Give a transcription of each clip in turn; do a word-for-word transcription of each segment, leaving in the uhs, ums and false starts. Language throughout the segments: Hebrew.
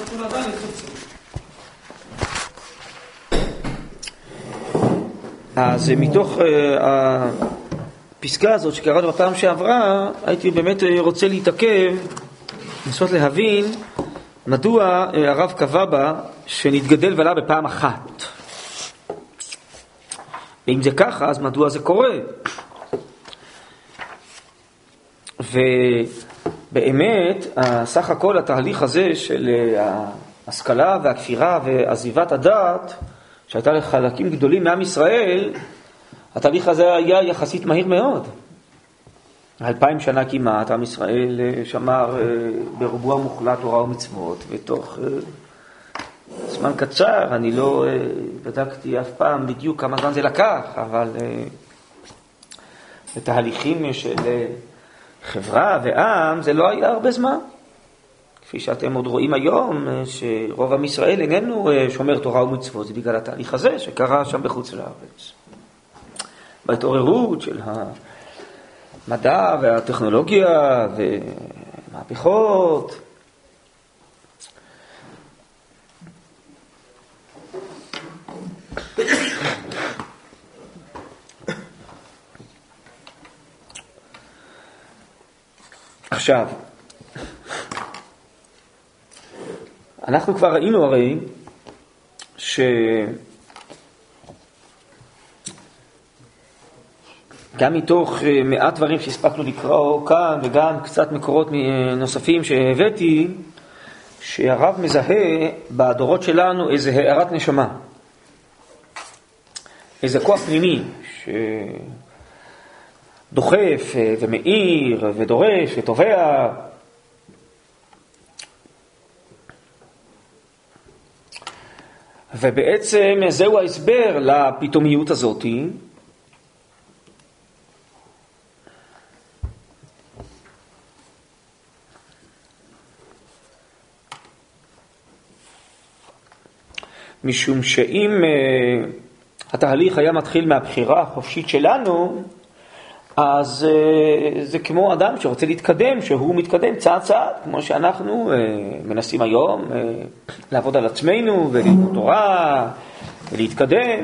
אנחנו עדיין לצוצים. אז מתוך הפסקה הזאת שקראנו בפעם שעברה, הייתי באמת רוצה להתעכב, לנסות להבין מדוע הרב קבע בה שנתגדל ועלה בפעם אחת. ואם זה ככה, אז מדוע זה קורה? ובאמת, סך הכל התהליך הזה של ההשכלה והכפירה ועזיבת הדעת, שהייתה לחלקים גדולים מעם ישראל, התהליך הזה היה יחסית מהיר מאוד. אלפיים שנה כמעט, עם ישראל שמר ברובו המוחלט תורה ומצוות, ותוך זמן קצר, אני לא בדקתי אף פעם בדיוק כמה זמן זה לקח, אבל בתהליכים של חברה ועם זה לא היה הרבה זמן. כפי שאתם עוד רואים היום, שרוב עם ישראל איננו שומר תורה ומצוות, זה בגלל התהליך הזה שקרה שם בחוץ לארץ. בהתעוררות של המדע והטכנולוגיה ומהפכות. עכשיו, אנחנו כבר ראינו הרי ש... גם מתוך מעט דברים שהספקנו לקרוא כאן, וגם קצת מקורות נוספים שהבאתי, שהרב מזהה בדורות שלנו איזה הערת נשמה, איזה כוח פנימי שדוחף ומאיר ודורש ותובע. ובעצם זהו ההסבר לפתאומיות הזאת, משום שאם uh, התהליך היה מתחיל מהבחירה החופשית שלנו, אז uh, זה כמו אדם שרוצה להתקדם, שהוא מתקדם צעד צעד, כמו שאנחנו uh, מנסים היום uh, לעבוד על עצמנו וללמוד תורה ולהתקדם.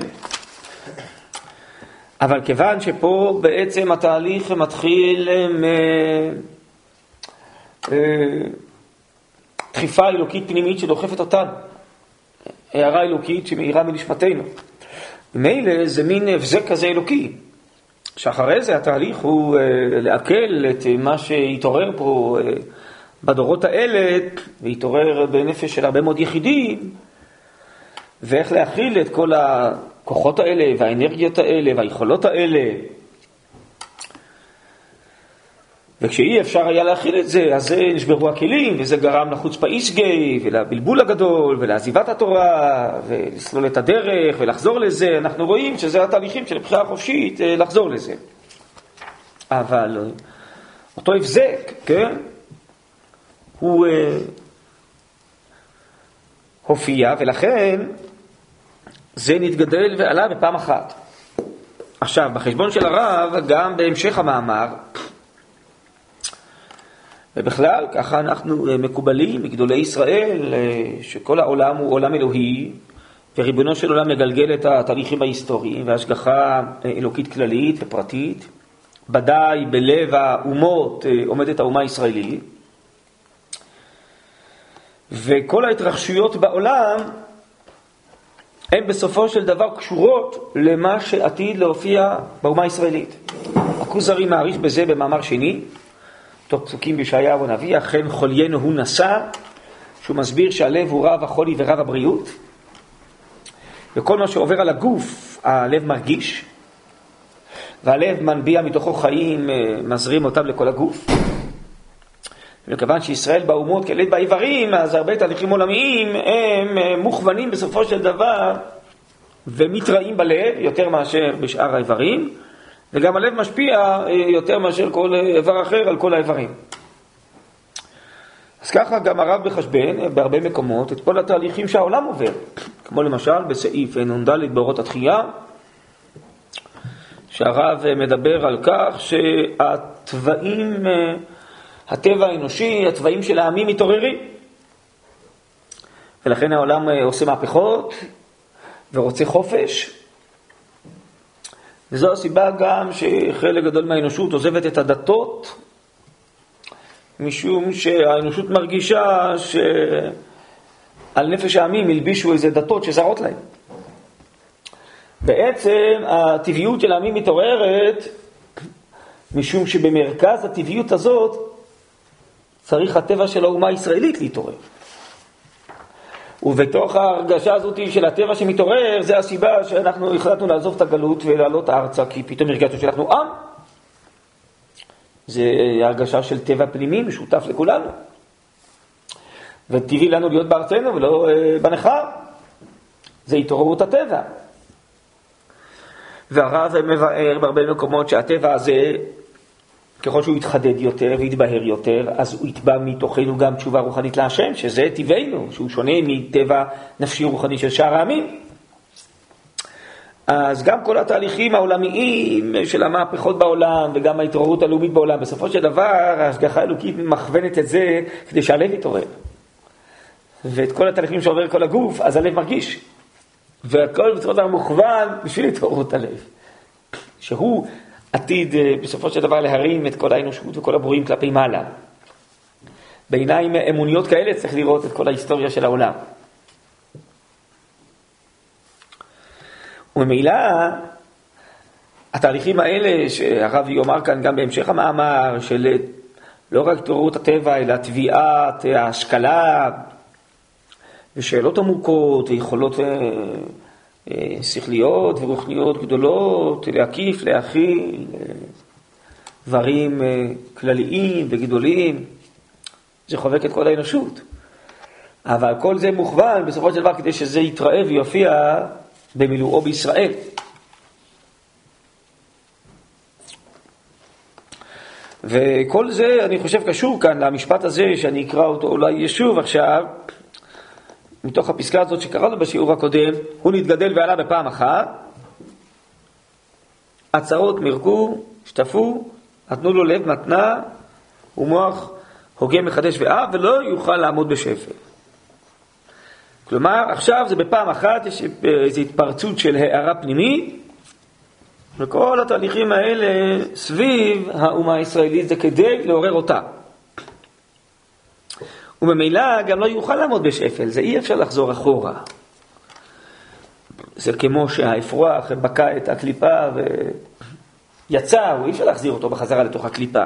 אבל כיוון שפה בעצם התהליך מתחיל מ... uh, דחיפה אלוקית פנימית שדוחפת אותנו, הערה אלוקית שמאירה מנשמתנו. מילא זה מין הבזק כזה אלוקי, שאחרי זה התהליך הוא לעכל את מה שהתעורר פה בדורות האלה, והתעורר בנפש של הרבה מאוד יחידים, ואיך להכיל את כל הכוחות האלה והאנרגיות האלה והיכולות האלה. וכשאי אפשר היה להכיל את זה, אז זה נשברו הכלים, וזה גרם לחוצפה איסגי, ולבלבול הגדול, ולעזיבת התורה, ולסלול את הדרך, ולחזור לזה. אנחנו רואים שזה התהליכים של הבחירה החופשית, לחזור לזה. אבל אותו הבזק, כן? הוא הופיע, ולכן זה נתגדל ועלה בפעם אחת. עכשיו, בחשבון של הרב, גם בהמשך המאמר, ובכלל, ככה אנחנו מקובלים מגדולי ישראל, שכל העולם הוא עולם אלוהי, וריבונו של עולם מגלגל את התהליכים ההיסטוריים, והשגחה אלוקית כללית ופרטית. בדי בלב האומות עומדת האומה הישראלית, וכל ההתרחשויות בעולם הן בסופו של דבר קשורות למה שעתיד להופיע באומה הישראלית. הכוזרי מעריך בזה במאמר שני, תוך פסוקים בישעיהו הנביא, אכן חוליינו הוא נשא, שהוא מסביר שהלב הוא רב החולי ורב הבריאות, וכל מה שעובר על הגוף, הלב מרגיש, והלב מנביע מתוכו חיים, מזרים אותם לכל הגוף. וכיוון שישראל באומות כלב באיברים, אז הרבה תהליכים עולמיים הם מוכוונים בסופו של דבר, ומתראים בלב יותר מאשר בשאר האיברים, וגם הלב משפיע יותר מאשר כל איבר אחר על כל האיברים. אז ככה גם הרב בחשבן בהרבה מקומות את כל התהליכים שהעולם עובר, כמו למשל בסעיף נ"ד באורות התחייה, שהרב מדבר על כך שהטבעים, הטבע האנושי, הטבעים של העמים מתעוררים. ולכן העולם עושה מהפכות ורוצה חופש. וזו הסיבה גם שחלק גדול מהאנושות עוזבת את הדתות, משום שהאנושות מרגישה שעל נפש העמים ילבישו איזה דתות שזרות להם. בעצם הטבעיות של העמים מתעוררת, משום שבמרכז הטבעיות הזאת צריך הטבע של האומה הישראלית להתעורר. ובתוך ההרגשה הזאת של הטבע שמתעורר, זה הסיבה שאנחנו החלטנו לעזוב את הגלות ולעלות ארצה, כי פתאום הרגשנו שאנחנו עם. זה הרגשה של טבע פנימי משותף לכולנו. וטבעי לנו להיות בארצנו ולא בנכר. זה התעוררות הטבע. והרב מבאר בהרבה מקומות שהטבע הזה, ככל שהוא יתחדד יותר ויתבהר יותר, אז הוא יתבע מתוכנו גם תשובה רוחנית להשם, שזה טבענו, שהוא שונה מטבע נפשי רוחני של שאר העמים. אז גם כל התהליכים העולמיים של המהפכות בעולם, וגם ההתעוררות הלאומית בעולם, בסופו של דבר, ההשגחה האלוקית מכוונת את זה כדי שהלב יתעורר. ואת כל התהליכים שעובר כל הגוף, אז הלב מרגיש. והכל בצורה דבר מוכוון בשביל התעוררות הלב. שהוא עתיד בסופו של דבר להרים את כל האנושות וכל הברואים כלפי מעלה. בעיניים אמוניות כאלה צריך לראות את כל ההיסטוריה של העולם. וממילא התהליכים האלה שהרב יאמר כאן גם בהמשך המאמר של לא רק התעוררות הטבע אלא תביעת ההשכלה ושאלות עמוקות ויכולות שכליות ורוחניות גדולות להקיף, להכיל דברים כלליים וגדולים, זה חובק את כל האנושות. אבל כל זה מוכוון בסופו של דבר כדי שזה יתראה ויופיע במילואו בישראל. וכל זה אני חושב קשור כאן למשפט הזה שאני אקרא אותו אולי שוב עכשיו, מתוך הפסקה הזאת שקראנו בשיעור הקודם. הוא נתגדל ועלה בפעם אחת, עצרות מרקו, שטפו, נתנו לו לב מתנה ומוח הוגה מחדש ואב, ולא יוכל לעמוד בשפל. כלומר, עכשיו זה בפעם אחת, יש איזו התפרצות של הערה פנימית, וכל התהליכים האלה סביב האומה הישראלית זה כדי לעורר אותה. וממילא גם לא יוכל לעמוד בשפל, זה אי אפשר לחזור אחורה. זה כמו שהאפרוח בקע את הקליפה ויצא, הוא אי אפשר להחזיר אותו בחזרה לתוך הקליפה.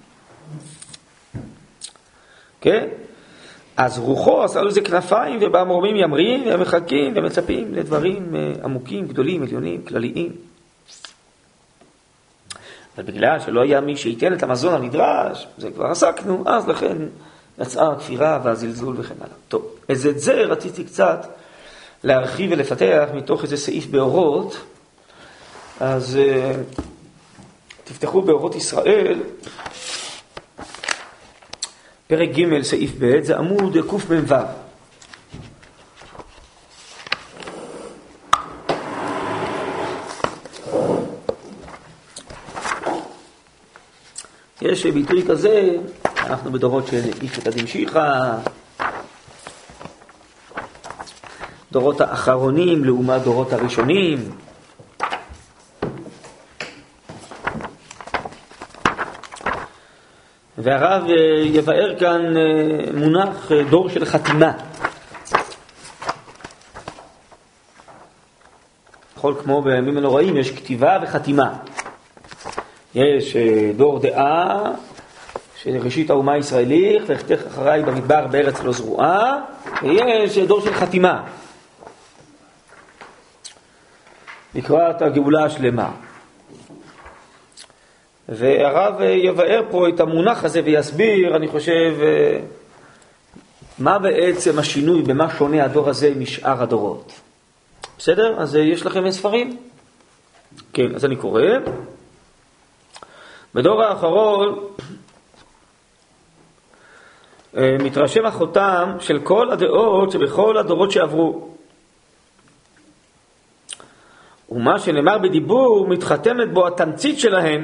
כן? אז רוחו עשה לו זה כנפיים, ובמרומים ימרים והם מחכים ומצפים לדברים עמוקים, גדולים, עליונים, כלליים. אבל בגלל שלא היה מי שייתן את המזון הנדרש, זה כבר עסקנו, אז לכן יצאה הכפירה והזלזול וכן הלאה. טוב, אז את זה רציתי קצת להרחיב ולפתח מתוך איזה סעיף באורות. אז uh, תפתחו באורות ישראל, פרק ג' סעיף ב', זה עמוד קמ"ו. יש ביטוי כזה, אנחנו בדורות של איפתא דמשיחא, דורות האחרונים לעומת דורות הראשונים. והרב יבאר כאן מונח דור של חתימה. בכל כמו בימים הנוראים יש כתיבה וחתימה. יש דור דעה שראשית האומה הישראלית, לכתך אחריי במדבר בארץ לא זרועה, ויש דור של חתימה לקראת הגאולה השלמה. והרב יבאר פה את המונח הזה ויסביר, אני חושב, מה בעצם השינוי, במה שונה הדור הזה משאר הדורות. בסדר? אז יש לכם ספרים? כן, אז אני קורא. בדור האחרון מתרשם החותם של כל הדעות שבכל הדורות שעברו. ומה שנאמר בדיבור מתחתמת בו התמצית שלהם.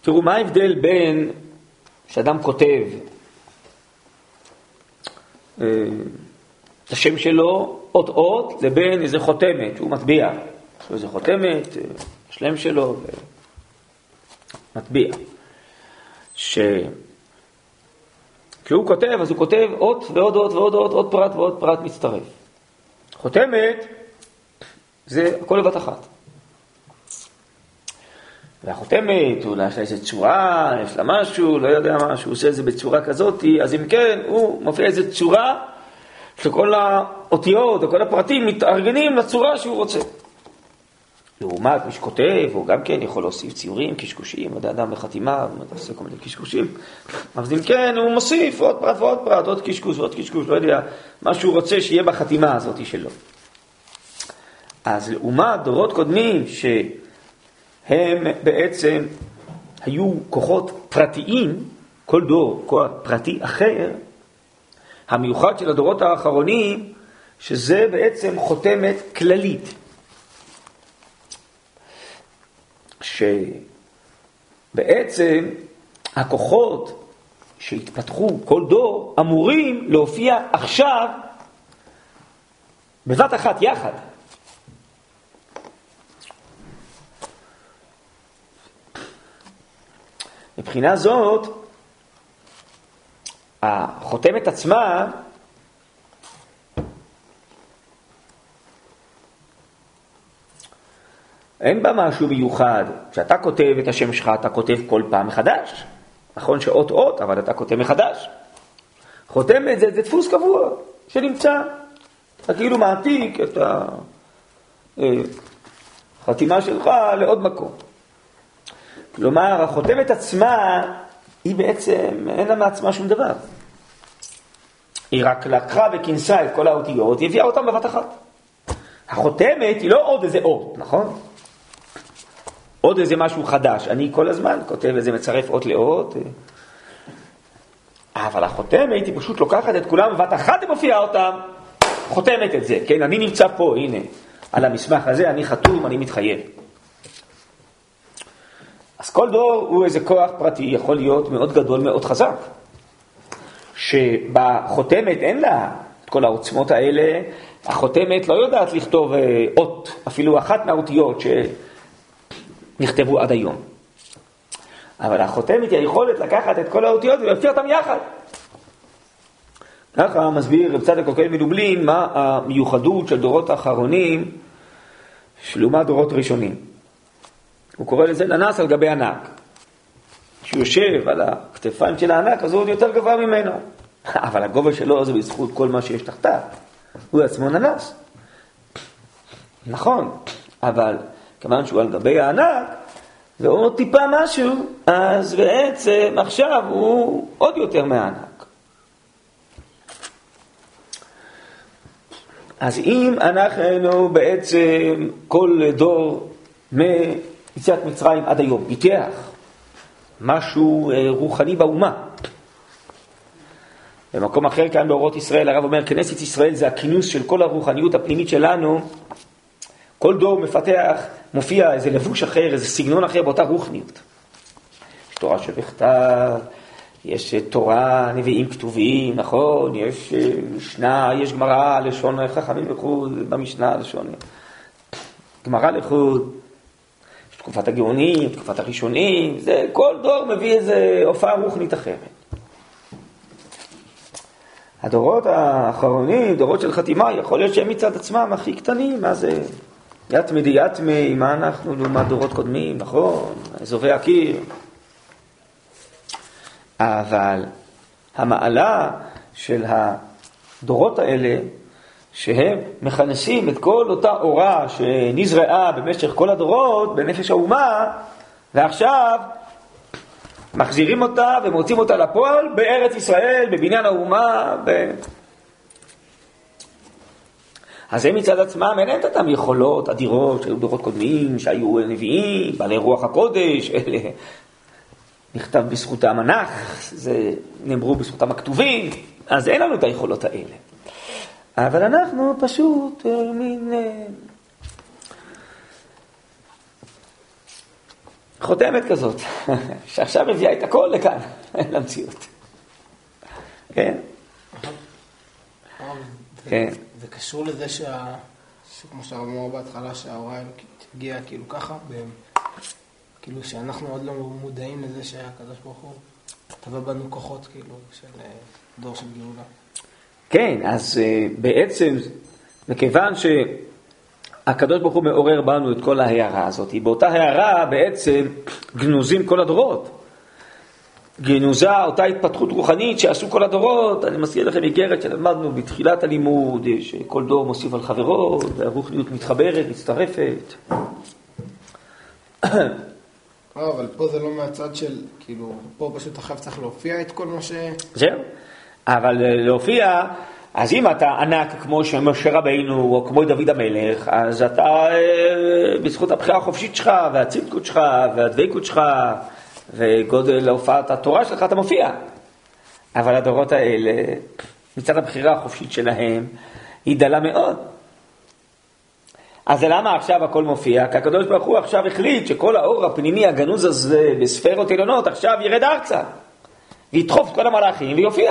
תראו, מה ההבדל בין שאדם כותב את השם שלו, אות אות, לבין איזה חותמת, שהוא מטביע. יש לו איזה חותמת, השלם שלו, מטביע. שכשהוא כותב, אז הוא כותב אות ועוד אות ועוד אות, עוד פרט ועוד פרט מצטרף. חותמת, זה הכל לבת אחת. והחותמת, אולי יש לה איזו צורה, יש לה משהו, לא יודע מה, שהוא עושה את זה בצורה כזאת, אז אם כן, הוא מופיע איזו צורה, שכל האותיות או כל הפרטים מתארגנים לצורה שהוא רוצה. לעומת מי שכותב, הוא גם כן יכול להוסיף ציורים, קשקושים, עוד אדם בחתימה, הוא עושה כל מיני קשקושים. אז אם כן, הוא מוסיף עוד פרט ועוד פרט, עוד קשקוש ועוד קשקוש, לא יודע, מה שהוא רוצה שיהיה בחתימה הזאת שלו. אז לעומת דורות קודמים ש... הם בעצם היו כוחות פרטיים, כל דור, כוח פרטי אחר, המיוחד של הדורות האחרונים, שזה בעצם חותמת כללית. שבעצם הכוחות שהתפתחו כל דור אמורים להופיע עכשיו בבת אחת יחד. מבחינה זאת, החותמת עצמה אין בה משהו מיוחד. כשאתה כותב את השם שלך, אתה כותב כל פעם מחדש. נכון שאות אות, אבל אתה כותב מחדש. חותמת זה, זה דפוס קבוע שנמצא. אתה כאילו מעתיק את החתימה שלך לעוד מקום. כלומר, החותמת עצמה, היא בעצם, אין לה מעצמה שום דבר. היא רק לקחה וכינסה את כל האותיות, היא הביאה אותם בבת אחת. החותמת היא לא עוד איזה אות, נכון? עוד איזה משהו חדש. אני כל הזמן כותב איזה מצרף אות לאות. אבל החותמת היא פשוט לוקחת את כולם בבת אחת ומופיעה אותם. חותמת את זה, כן? אני נמצא פה, הנה, על המסמך הזה, אני חתום, אני מתחייב. אז כל דור הוא איזה כוח פרטי, יכול להיות מאוד גדול, מאוד חזק. שבחותמת אין לה את כל העוצמות האלה, החותמת לא יודעת לכתוב אות, אפילו אחת מהאותיות שנכתבו עד היום. אבל החותמת היא היכולת לקחת את כל האותיות ולהופיע אותם יחד. ככה מסביר רב צדוק הכהן מלובלין מה המיוחדות של דורות האחרונים לעומת דורות ראשונים. הוא קורא לזה ננס על גבי ענק. כשהוא יושב על הכתפיים של הענק, אז הוא עוד יותר גבוה ממנו. אבל הגובה שלו זה בזכות כל מה שיש תחתיו. הוא עצמו ננס. נכון, אבל כמובן שהוא על גבי הענק, ועוד טיפה משהו, אז בעצם עכשיו הוא עוד יותר מהענק. אז אם אנחנו בעצם כל דור מיציאת מצרים עד היום פיתח משהו רוחני באומה, במקום אחר כאן באורות ישראל הרב אומר כנסת ישראל זה הכינוס של כל הרוחניות הפנימית שלנו. כל דור מפתח, מופיע איזה לבוש אחר, איזה סגנון אחר באותה רוחניות. יש תורה שבכתב, יש תורה, נביאים כתובים, נכון, יש משנה, יש גמרא, לשון חכמים לחוד, במשנה לשון גמרא לחוד, יש תקופת הגאונים, תקופת הראשונים, זה כל דור מביא איזה הופעה רוחנית אחרת. הדורות האחרונים, דורות של חתימה, יכול להיות שהם מצד עצמם הכי קטנים, מה זה? יתמי די יתמי, מה אנחנו לעומת דורות קודמים, נכון, אזובי הקיר. אבל המעלה של הדורות האלה, שהם מכנסים את כל אותה אורה שנזרעה במשך כל הדורות בנפש האומה, ועכשיו מחזירים אותה ומוצאים אותה לפועל בארץ ישראל, בבניין האומה. ב... אז הם מצד עצמם, אין להם אותם יכולות אדירות שהיו דורות קודמים, שהיו נביאים, בעלי רוח הקודש, אלה נכתב בזכותם הנח, זה נאמרו בזכותם הכתובים, אז אין לנו את היכולות האלה. אבל אנחנו פשוט מין חותמת כזאת, שעכשיו מביאה את הכל לכאן, למציאות. כן? כן. זה קשור לזה שה... כמו שהרב אמר בהתחלה, שההוראה הגיעה כאילו ככה, כאילו שאנחנו עוד לא מודעים לזה שהקדוש ברוך הוא טבע בנו כוחות כאילו של דור של גאולה. כן, אז בעצם, מכיוון שהקדוש ברוך הוא מעורר בנו את כל ההערה הזאת, באותה הערה בעצם גנוזים כל הדורות. גנוזה אותה התפתחות רוחנית שעשו כל הדורות. אני מזכיר לכם איגרת שלמדנו בתחילת הלימוד, שכל דור מוסיף על חברו, והרוחניות מתחברת, מצטרפת. אבל פה זה לא מהצד של, כאילו, פה פשוט עכשיו צריך להופיע את כל מה ש... זהו. אבל להופיע, אז אם אתה ענק כמו שמשה רבינו או כמו דוד המלך, אז אתה בזכות הבחירה החופשית שלך והצדקות שלך והדבקות שלך וגודל הופעת התורה שלך אתה מופיע. אבל הדורות האלה, מצד הבחירה החופשית שלהם, היא דלה מאוד. אז למה עכשיו הכל מופיע? כי הקדוש ברוך הוא עכשיו החליט שכל האור הפנימי הגנוז הזה בספרות עליונות עכשיו ירד ארצה וידחוף את כל המלאכים ויופיע.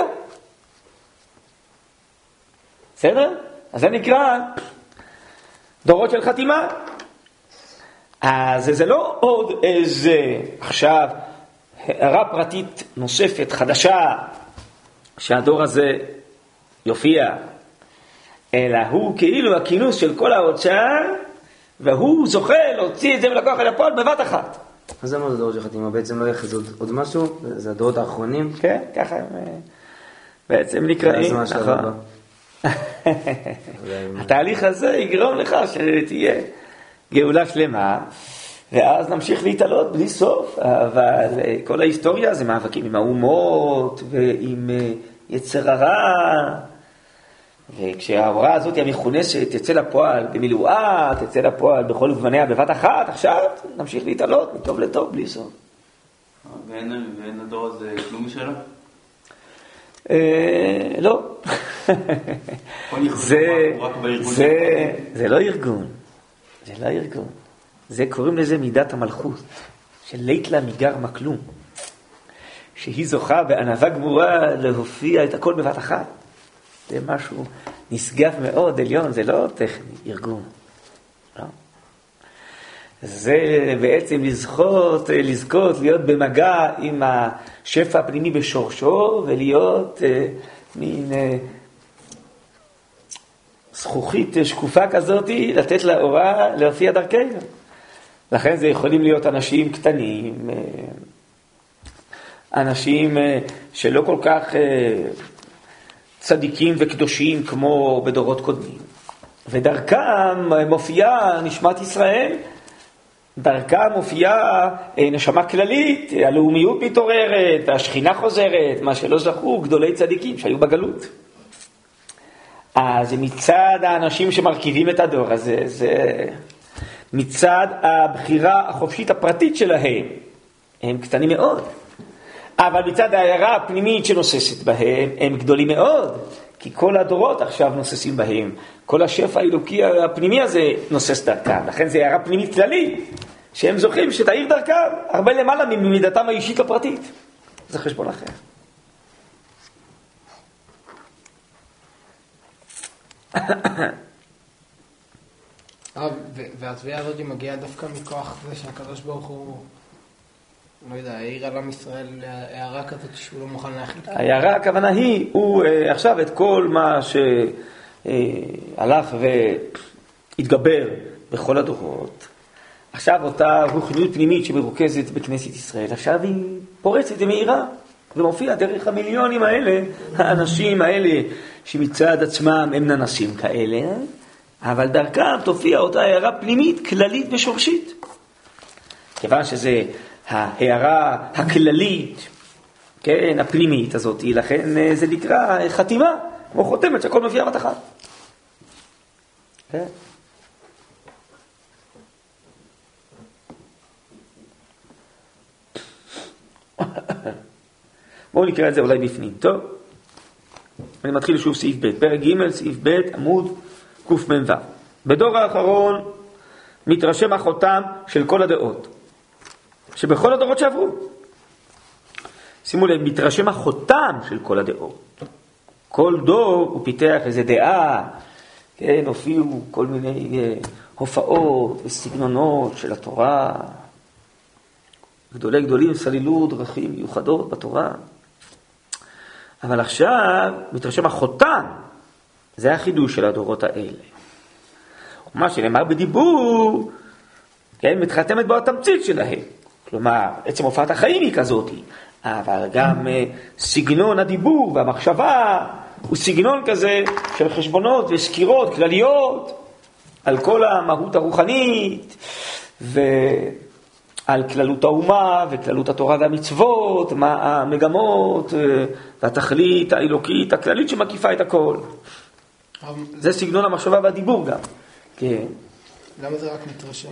בסדר? אז זה נקרא דורות של חתימה. אז זה לא עוד איזה עכשיו הערה פרטית נוספת חדשה שהדור הזה יופיע, אלא הוא כאילו הכינוס של כל האוצר, והוא זוכה להוציא את זה ולקוח אל הפועל בבת אחת. אז זה מה זה דורות של חתימה? בעצם לא יחז עוד, עוד משהו? זה הדורות האחרונים? כן, ככה הם בעצם נקראים. נכון. התהליך הזה יגרום לך שתהיה גאולה שלמה, ואז נמשיך להתעלות בלי סוף. אבל כל ההיסטוריה זה מאבקים עם האומות ועם יצר הרע, וכשההוראה הזאת המכונסת תצא לפועל במילואה, תצא לפועל בכל גווניה בבת אחת, עכשיו נמשיך להתעלות מטוב לטוב בלי סוף. ואין הדור הזה כלום משלה? לא. זה לא ארגון. זה לא ארגון. זה קוראים לזה מידת המלכות, של ליטלה מגר מקלום, שהיא זוכה בענווה גמורה להופיע את הכל בבת אחת. זה משהו נשגב מאוד, עליון, זה לא טכני, ארגון. לא. זה בעצם לזכות, לזכות, להיות במגע עם השפע הפנימי בשורשו, ולהיות אה, מין אה, זכוכית שקופה כזאת, לתת לה אורה להופיע דרכנו. לכן זה יכולים להיות אנשים קטנים, אה, אנשים אה, שלא כל כך... אה, צדיקים וקדושים כמו בדורות קודמים. ודרכם מופיעה נשמת ישראל, דרכם מופיעה נשמה כללית, הלאומיות מתעוררת, השכינה חוזרת, מה שלא זכו גדולי צדיקים שהיו בגלות. אז מצד האנשים שמרכיבים את הדור הזה, זה מצד הבחירה החופשית הפרטית שלהם, הם קטנים מאוד. אבל מצד ההערה הפנימית שנוססת בהם, הם גדולים מאוד, כי כל הדורות עכשיו נוססים בהם. כל השפע האלוקי הפנימי הזה נוסס דרכם. לכן זה הערה פנימית כללית, שהם זוכים שתאיר דרכם הרבה למעלה ממידתם האישית הפרטית. זה חשבון אחר. והתביעה הזאת מגיעה דווקא מכוח זה שהקדוש ברוך הוא... לא יודע, העיר על עם ישראל הערה כזאת שהוא לא מוכן להחליט. הערה, הכוונה היא, הוא עכשיו את כל מה שהלך והתגבר בכל הדורות, עכשיו אותה רוחניות פנימית שמרוכזת בכנסת ישראל, עכשיו היא פורצת ומאירה, ומופיע דרך המיליונים האלה, האנשים האלה שמצד עצמם הם ננסים כאלה, אבל דרכם תופיע אותה הערה פנימית, כללית ושורשית. כיוון שזה... ההערה הכללית, כן, הפנימית הזאת, לכן זה נקרא חתימה, כמו חותמת שהכל מביאה בת אחת. כן. בואו נקרא את זה אולי בפנים, טוב? אני מתחיל שוב סעיף ב', פרק ג', סעיף ב', עמוד קמ"ו. בדור האחרון מתרשם החותם של כל הדעות. שבכל הדורות שעברו. שימו לב, מתרשם החותם של כל הדעות. כל דור הוא פיתח איזה דעה, כן, הופיעו כל מיני הופעות וסגנונות של התורה. גדולי גדולים סללו דרכים מיוחדות בתורה. אבל עכשיו מתרשם החותם, זה החידוש של הדורות האלה. ומה שנאמר בדיבור, כן, מתחתמת בו התמצית שלהם. כלומר, עצם הופעת החיים היא כזאת, אבל גם סגנון הדיבור והמחשבה הוא סגנון כזה של חשבונות וסקירות כלליות על כל המהות הרוחנית ועל כללות האומה וכללות התורה והמצוות, מה המגמות והתכלית האלוקית הכללית שמקיפה את הכל. זה סגנון המחשבה והדיבור גם. כן. למה זה רק מתרשם?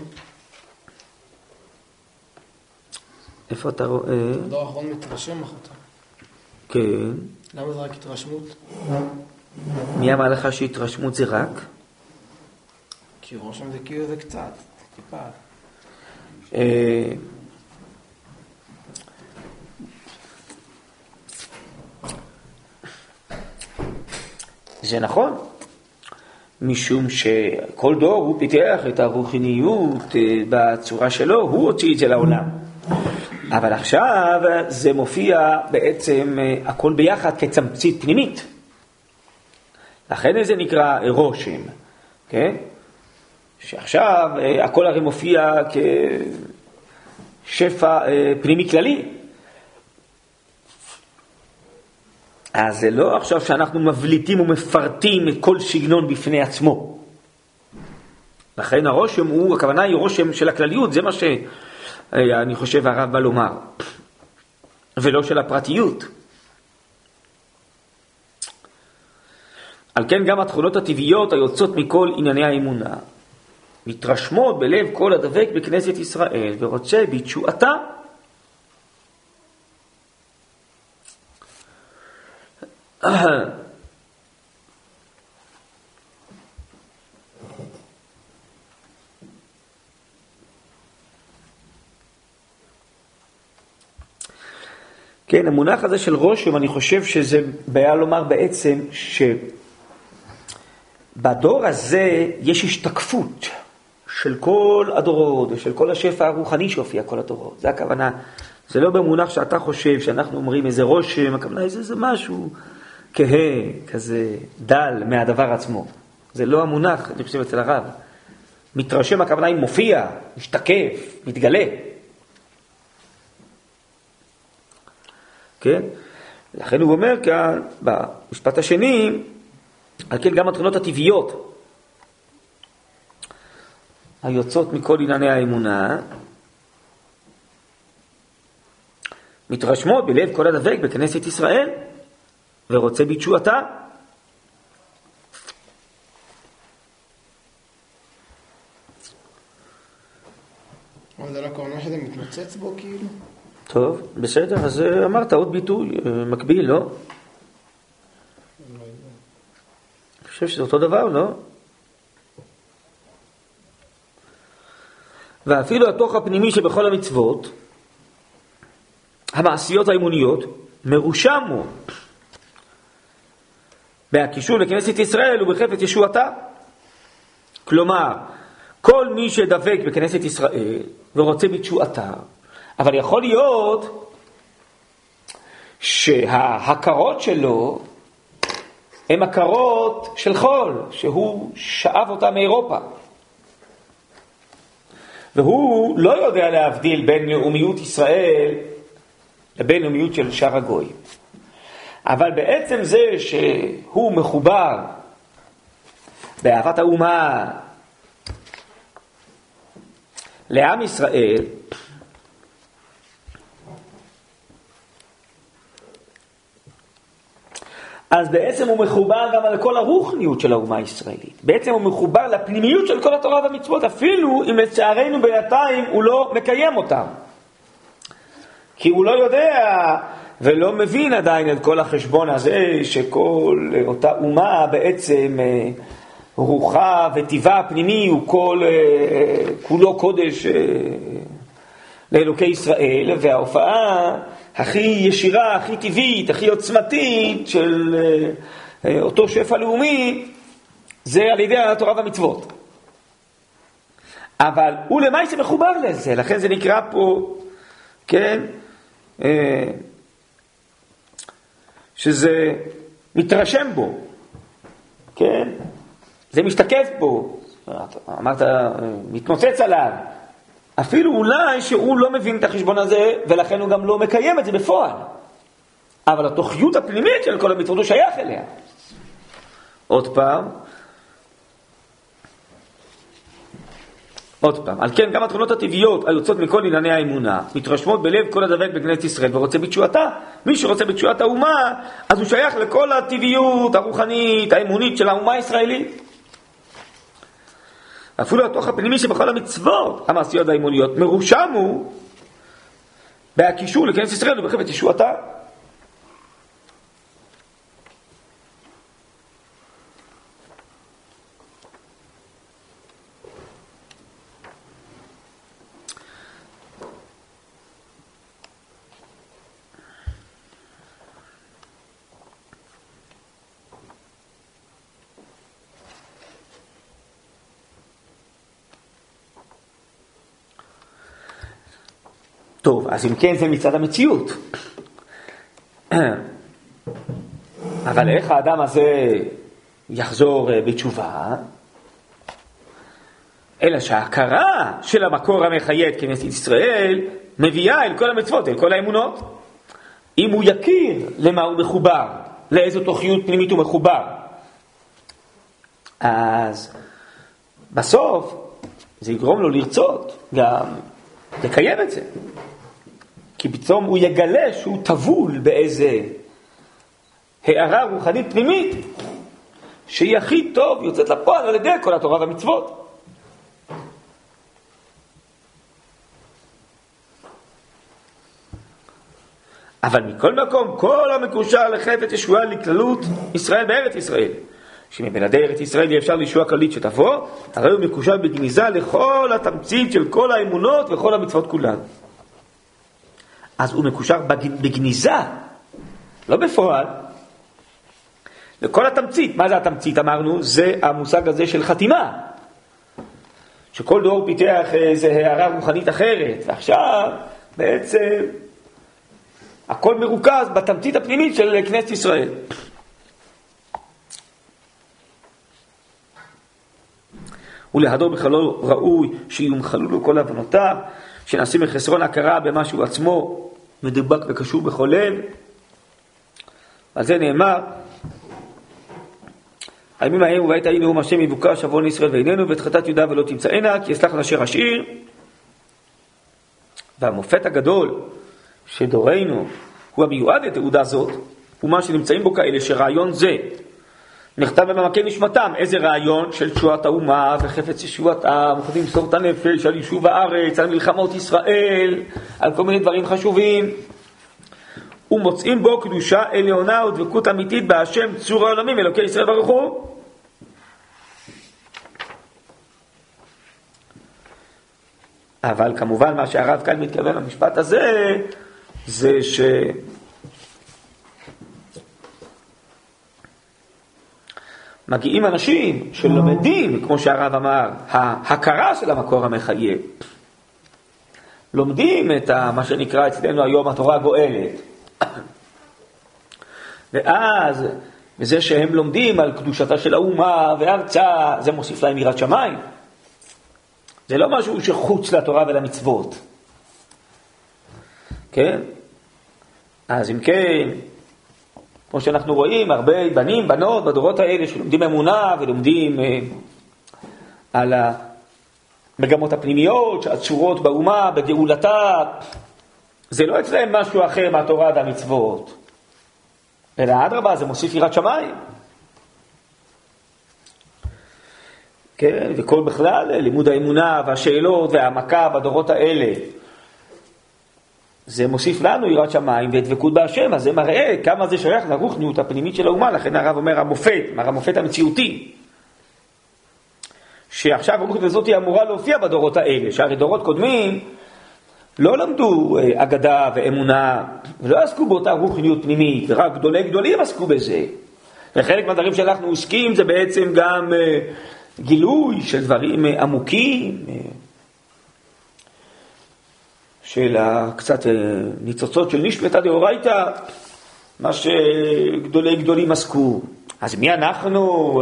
איפה אתה רואה? הדור האחרון מתרשם אחותה. כן. למה זה רק התרשמות? מי אמר לך שהתרשמות זה רק? כי רושם זה כאילו זה קצת, טיפה. זה נכון, משום שכל דור הוא פיתח את הרוחניות בצורה שלו, הוא הוציא את זה לעולם. אבל עכשיו זה מופיע בעצם הכל ביחד כצמצית פנימית. לכן זה נקרא רושם, כן? שעכשיו הכל הרי מופיע כשפע פנימי כללי. אז זה לא עכשיו שאנחנו מבליטים ומפרטים את כל סגנון בפני עצמו. לכן הרושם הוא, הכוונה היא רושם של הכלליות, זה מה שאני חושב הרב בא לומר, ולא של הפרטיות. על כן גם התכונות הטבעיות היוצאות מכל ענייני האמונה, מתרשמות בלב כל הדבק בכנסת ישראל ורוצה בתשועתה. כן, המונח הזה של רושם, אני חושב שזה בעיה לומר בעצם שבדור הזה יש השתקפות של כל הדורות ושל כל השפע הרוחני שהופיע כל הדורות. זה הכוונה. זה לא במונח שאתה חושב שאנחנו אומרים איזה רושם, הכוונה איזה זה משהו כהה, כזה דל מהדבר עצמו. זה לא המונח, אני חושב אצל הרב. מתרשם הכוונה היא מופיע, משתקף, מתגלה. כן? לכן הוא אומר כאן, במשפט השני, על כן גם התכונות הטבעיות היוצאות מכל ענייני האמונה, מתרשמות בלב כל הדבק בכנסת ישראל, ורוצה בתשועתה. אבל זה לא כוונה שזה מתנוצץ בו כאילו? טוב, בסדר, אז אמרת עוד ביטוי מקביל, לא? אני חושב שזה אותו דבר, לא? ואפילו התוך הפנימי שבכל המצוות, המעשיות האמוניות, מרושם הוא בהקישור לכנסת ישראל ובחפץ ישועתה. כלומר, כל מי שדבק בכנסת ישראל ורוצה בתשועתה, אבל יכול להיות שההכרות שלו הן הכרות של חול, שהוא שאב אותה מאירופה. והוא לא יודע להבדיל בין לאומיות ישראל לבין לאומיות של שאר הגויים. אבל בעצם זה שהוא מחובר באהבת האומה לעם ישראל, אז בעצם הוא מחובר גם על כל הרוחניות של האומה הישראלית. בעצם הוא מחובר לפנימיות של כל התורה והמצוות, אפילו אם לצערנו בינתיים הוא לא מקיים אותם. כי הוא לא יודע ולא מבין עדיין את כל החשבון הזה, שכל אותה אומה בעצם רוחה וטבעה הפנימי הוא כל, כולו קודש לאלוקי ישראל, וההופעה הכי ישירה, הכי טבעית, הכי עוצמתית של אותו שפע לאומי, זה על ידי התורה והמצוות. אבל הוא למעשה מחובר לזה, לכן זה נקרא פה, כן, שזה מתרשם בו, כן, זה משתקף בו, אמרת, מתנוצץ עליו, אפילו אולי שהוא לא מבין את החשבון הזה, ולכן הוא גם לא מקיים את זה בפועל, אבל התוכיות הפנימית של כל המצוות הוא שייך אליה. עוד פעם, עוד פעם, על כן גם התכונות הטבעיות היוצאות מכל ענייני האמונה מתרשמות בלב כל הדבק בכנסת ישראל ורוצה בתשועתה. מי שרוצה בתשועת האומה, אז הוא שייך לכל הטבעיות הרוחנית, האמונית של האומה הישראלית. אפילו התוך הפנימי שבכל המצוות המעשיות והאמוניות מרושם הוא בהקישור לכנסת ישראל ובחפץ ישועתה. טוב, אז אם כן זה מצד המציאות. אבל איך האדם הזה יחזור בתשובה? אלא שההכרה של המקור המחיה את כנסת ישראל מביאה אל כל המצוות, אל כל האמונות. אם הוא יכיר למה הוא מחובר, לאיזו תוכיות פנימית הוא מחובר, אז בסוף זה יגרום לו לרצות גם לקיים את זה. כי פתאום הוא יגלה שהוא טבול באיזה הערה רוחנית פנימית שהיא הכי טוב יוצאת לפועל על ידי כל התורה והמצוות. אבל מכל מקום, כל המקושר לחפץ ישועה לכללות ישראל בארץ ישראל, שמבלעדי ארץ ישראל יהיה אפשר לישועה כללית שתבוא, הרי הוא מקושר בגניזה לכל התמצית של כל האמונות וכל המצוות כולן. אז הוא מקושר בגניזה, לא בפועל, לכל התמצית. מה זה התמצית? אמרנו, זה המושג הזה של חתימה, שכל דור פיתח איזו הערה רוחנית אחרת, ועכשיו בעצם הכל מרוכז בתמצית הפנימית של כנסת ישראל. ולהדור בכללו ראוי שיומחלו לו כל הבנותיו, שנעשים מחסרון הכרה במה שהוא עצמו מדובק וקשור בכל לב. על זה נאמר, הימים ההם ובעת ההיא נאום השם יבוקש עוון ישראל ואיננו, ואת חטאת יהודה ולא תמצאנה, כי יסלח אשר אשאיר. והמופת הגדול שדורנו הוא המיועד לתעודה זאת, הוא מה שנמצאים בו כאלה שרעיון זה נכתב במעמקי נשמתם. איזה רעיון? של תשועת האומה וחפץ ישועתם, מוכנים למסור את הנפש על יישוב הארץ, על מלחמות ישראל, על כל מיני דברים חשובים, ומוצאים בו קדושה עליונה ודבקות אמיתית בהשם צור העולמים אלוקי ישראל ברוך הוא. אבל כמובן מה שהרב כאן מתכוון למשפט הזה, זה ש מגיעים אנשים שלומדים, כמו שהרב אמר, ההכרה של המקור המחייב. לומדים את מה שנקרא אצלנו היום התורה הגואלת. ואז, בזה שהם לומדים על קדושתה של האומה וארצה, זה מוסיף להם יראת שמיים. זה לא משהו שחוץ לתורה ולמצוות. כן? אז אם כן, כמו שאנחנו רואים, הרבה בנים, בנות בדורות האלה שלומדים אמונה ולומדים אה, על המגמות הפנימיות שהצורות באומה, בגאולתה, זה לא אצלם משהו אחר מהתורה והמצוות, אלא אדרבה, זה מוסיף יראת שמיים. כן, וכל בכלל לימוד האמונה והשאלות והעמקה בדורות האלה, זה מוסיף לנו יראת שמיים ודבקות בהשם. אז זה מראה כמה זה שייך לרוחניות הפנימית של האומה. לכן הרב אומר המופת, אומר המופת המציאותי, שעכשיו הרוחניות הזאת היא אמורה להופיע בדורות האלה, שהרי דורות קודמים לא למדו אגדה ואמונה, ולא עסקו באותה רוחניות פנימית, ורק גדולי גדולים עסקו בזה. וחלק מהדברים שאנחנו עוסקים זה בעצם גם גילוי של דברים עמוקים, של קצת ניצוצות של נשמתא דאורייתא, מה שגדולי גדולים עסקו. אז מי אנחנו,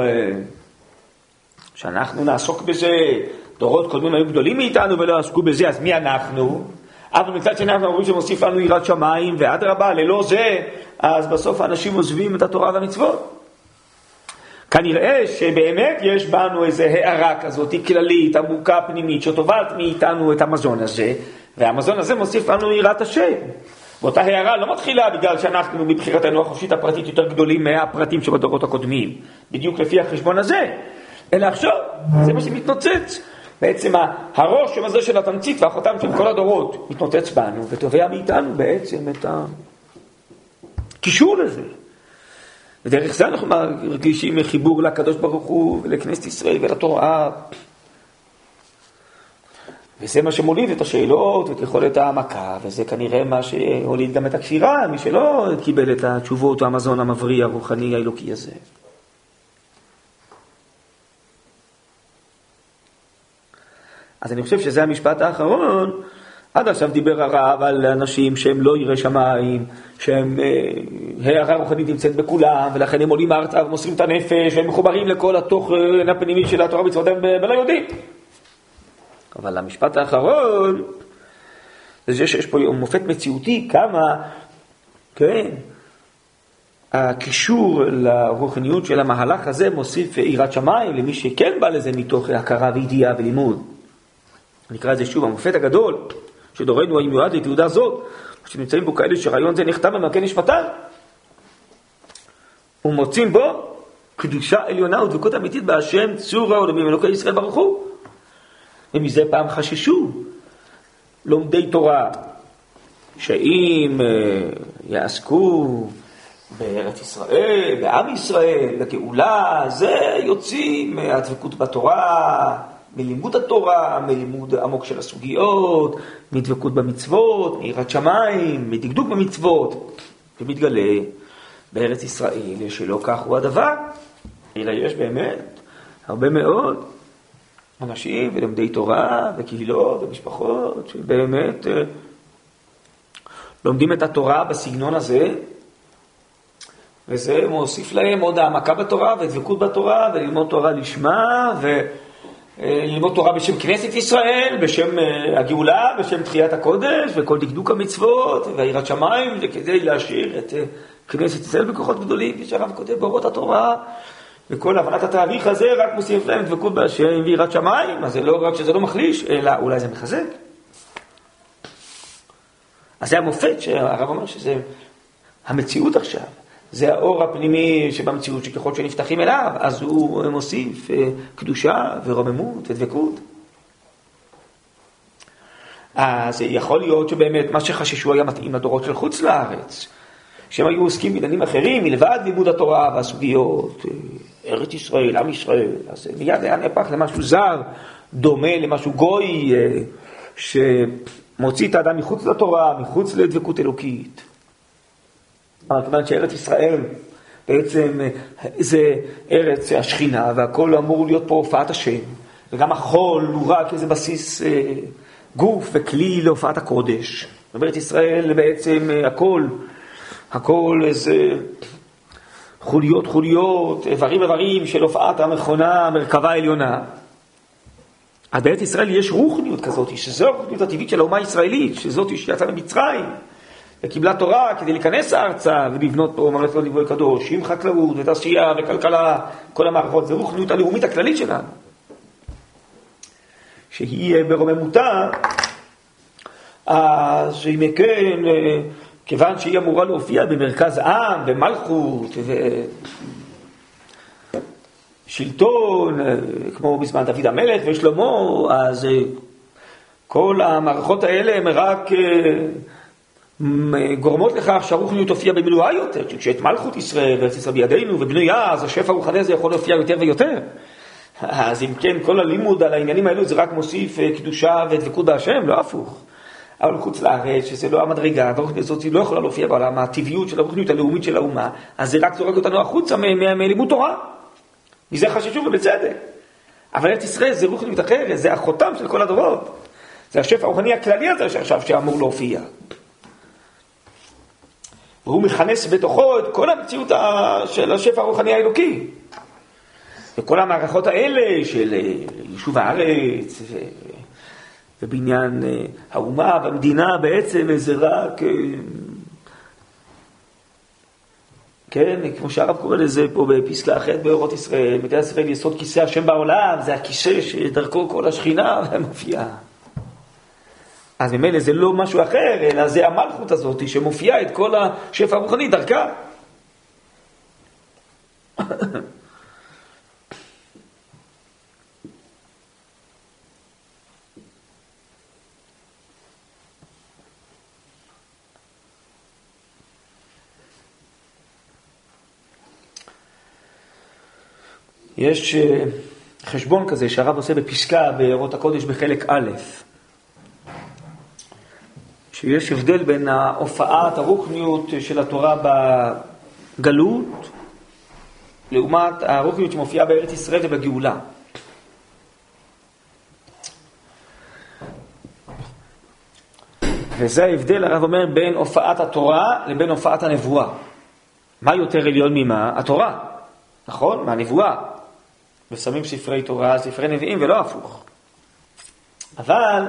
שאנחנו נעסוק בזה? דורות קודמים היו גדולים מאיתנו ולא עסקו בזה, אז מי אנחנו? אבל מצד שני אנחנו אומרים שמוסיף לנו יראת שמיים, ועד רבה, ללא זה, אז בסוף האנשים עוזבים את התורה והמצוות. כנראה שבאמת יש בנו איזו הערה כזאת, כללית, עמוקה, פנימית, שטובעת מאיתנו את המזון הזה, והמזון הזה מוסיף לנו יראת השם. ואותה הערה לא מתחילה בגלל שאנחנו מבחירתנו החופשית הפרטית יותר גדולים מהפרטים שבדורות הקודמים, בדיוק לפי החשבון הזה, אלא עכשיו, זה מה שמתנוצץ. בעצם הראש הזה של התמצית והחותם של כל הדורות מתנוצץ בנו ותובע מאיתנו בעצם את הקישור לזה. ודרך זה אנחנו מרגישים חיבור לקדוש ברוך הוא ולכנסת ישראל ולתורה. וזה מה שמוליד את השאלות ואת יכולת העמקה, וזה כנראה מה שהוליד גם את הכפירה, מי שלא קיבל את התשובות והמזון המבריא הרוחני האלוקי הזה. אז אני חושב שזה המשפט האחרון. עד עכשיו דיבר הרב על אנשים שהם לא יראי שמיים, שהם הערה רוחנית נמצאת בכולם, ולכן הם עולים ארצה ומוסרים את הנפש, והם מחוברים לכל התוכן הפנימי של התורה מצוות ולא יודעים. אבל המשפט האחרון זה זה שיש פה מופת מציאותי, כמה, כן, הקישור לרוחניות של המהלך הזה מוסיף יראת שמיים למי שכן בא לזה מתוך הכרה וידיעה ולימוד. נקרא את זה שוב, המופת הגדול שדורנו המיועד לתעודה זאת, שנמצאים בו כאלה שרעיון זה נכתב במעשה נשמתם, ומוצאים בו קדושה עליונה ודבקות אמיתית בהשם צורה ולבים אלוקי ישראל ברוך הוא. ומזה פעם חששו לומדי תורה שאם יעסקו בארץ ישראל, בעם ישראל, בגאולה, זה יוצאים מהדבקות בתורה, מלימוד התורה, מלימוד עמוק של הסוגיות, מדבקות במצוות, מיראת שמיים, מדקדוק במצוות, ומתגלה בארץ ישראל שלא כך הוא הדבר, אלא יש באמת הרבה מאוד אנשים ולמדי תורה וקהילות ומשפחות שבאמת לומדים את התורה בסגנון הזה, וזה מוסיף להם עוד העמקה בתורה ודבקות בתורה וללמוד תורה לשמה וללמוד תורה בשם כנסת ישראל, בשם הגאולה, בשם תחיית הקודש וכל דקדוק המצוות ויראת שמיים, וכדי להשאיר את כנסת ישראל בכוחות גדולים, כפי שהרב כותב באורות התורה. וכל הבנת התהליך הזה רק מוסיף להם דבקות בהשם ויראת שמיים. אז זה לא רק שזה לא מחליש, אלא אולי זה מחזק. אז זה המופת שהרב אומר שזה המציאות עכשיו. זה האור הפנימי שבמציאות שככל שנפתחים אליו, אז הוא מוסיף קדושה ורוממות ודבקות. אז יכול להיות שבאמת מה שחששו היה מתאים לדורות של חוץ לארץ, שהם היו עוסקים בעניינים אחרים, מלבד לימוד התורה והסוגיות, ארץ ישראל, עם ישראל, אז מיד היה נהפך למשהו זר, דומה למשהו גוי, שמוציא את האדם מחוץ לתורה, מחוץ לדבקות אלוקית. אבל כיוון שארץ ישראל בעצם זה ארץ השכינה, והכל אמור להיות פה הופעת השם, וגם החול הוא רק איזה בסיס גוף וכלי להופעת הקודש. בארץ ישראל בעצם הכל, הכל איזה חוליות חוליות, איברים איברים של הופעת המכונה, המרכבה העליונה. אז בארץ ישראל יש רוחניות כזאת, שזו הרוחניות הטבעית של האומה הישראלית, שזאת שיצאה ממצרים, וקיבלה תורה כדי להיכנס הארצה ולבנות פה מערכת ליווי קדוש, עם חקלאות ותעשייה וכלכלה, כל המערכות, זה רוחניות הלאומית הכללית שלנו. שהיא ברוממותה, אז אם כן, כיוון שהיא אמורה להופיע במרכז עם, במלכות ושלטון, כמו בזמן דוד המלך ושלמה, אז כל המערכות האלה הם רק גורמות לכך שהרוחניות תופיע במילואה יותר, כשאת מלכות ישראל וארץ ישראל בידינו ובנויה, אז השפע הרוחני הזה יכול להופיע יותר ויותר. אז אם כן, כל הלימוד על העניינים האלו זה רק מוסיף קדושה ודבקות בהשם, לא הפוך. אבל חוץ לארץ, שזה לא המדרגה, והרוחניות הזאת לא יכולה להופיע בעולם, הטבעיות של הרוחניות הלאומית של האומה, אז זה רק זורק אותנו החוצה מלימוד תורה. מזה חששו ובצדק. אבל ארץ ישראל זה רוחניות אחרת, זה החותם של כל הדורות. זה השפע הרוחני הכללי הזה שעכשיו שאמור להופיע. והוא מכנס בתוכו את כל המציאות של השפע הרוחני האלוקי. וכל המערכות האלה של יישוב הארץ, ובעניין האומה והמדינה בעצם זה רק, כן, כמו שהרב קורא לזה פה בפסקה אחרת באורות ישראל, מדינת ישראל יסוד כיסא השם בעולם, זה הכיסא שדרכו כל השכינה מופיעה. אז ממילא זה לא משהו אחר, אלא זה המלכות הזאת שמופיעה את כל השפע הרוחני דרכה. יש חשבון כזה שהרב עושה בפסקה באורות הקודש בחלק א', שיש הבדל בין ההופעת הרוחניות של התורה בגלות לעומת הרוחניות שמופיעה בארץ ישראל ובגאולה. וזה ההבדל, הרב אומר, בין הופעת התורה לבין הופעת הנבואה. מה יותר עליון ממה? התורה, נכון? מהנבואה. ושמים ספרי תורה, ספרי נביאים, ולא הפוך. אבל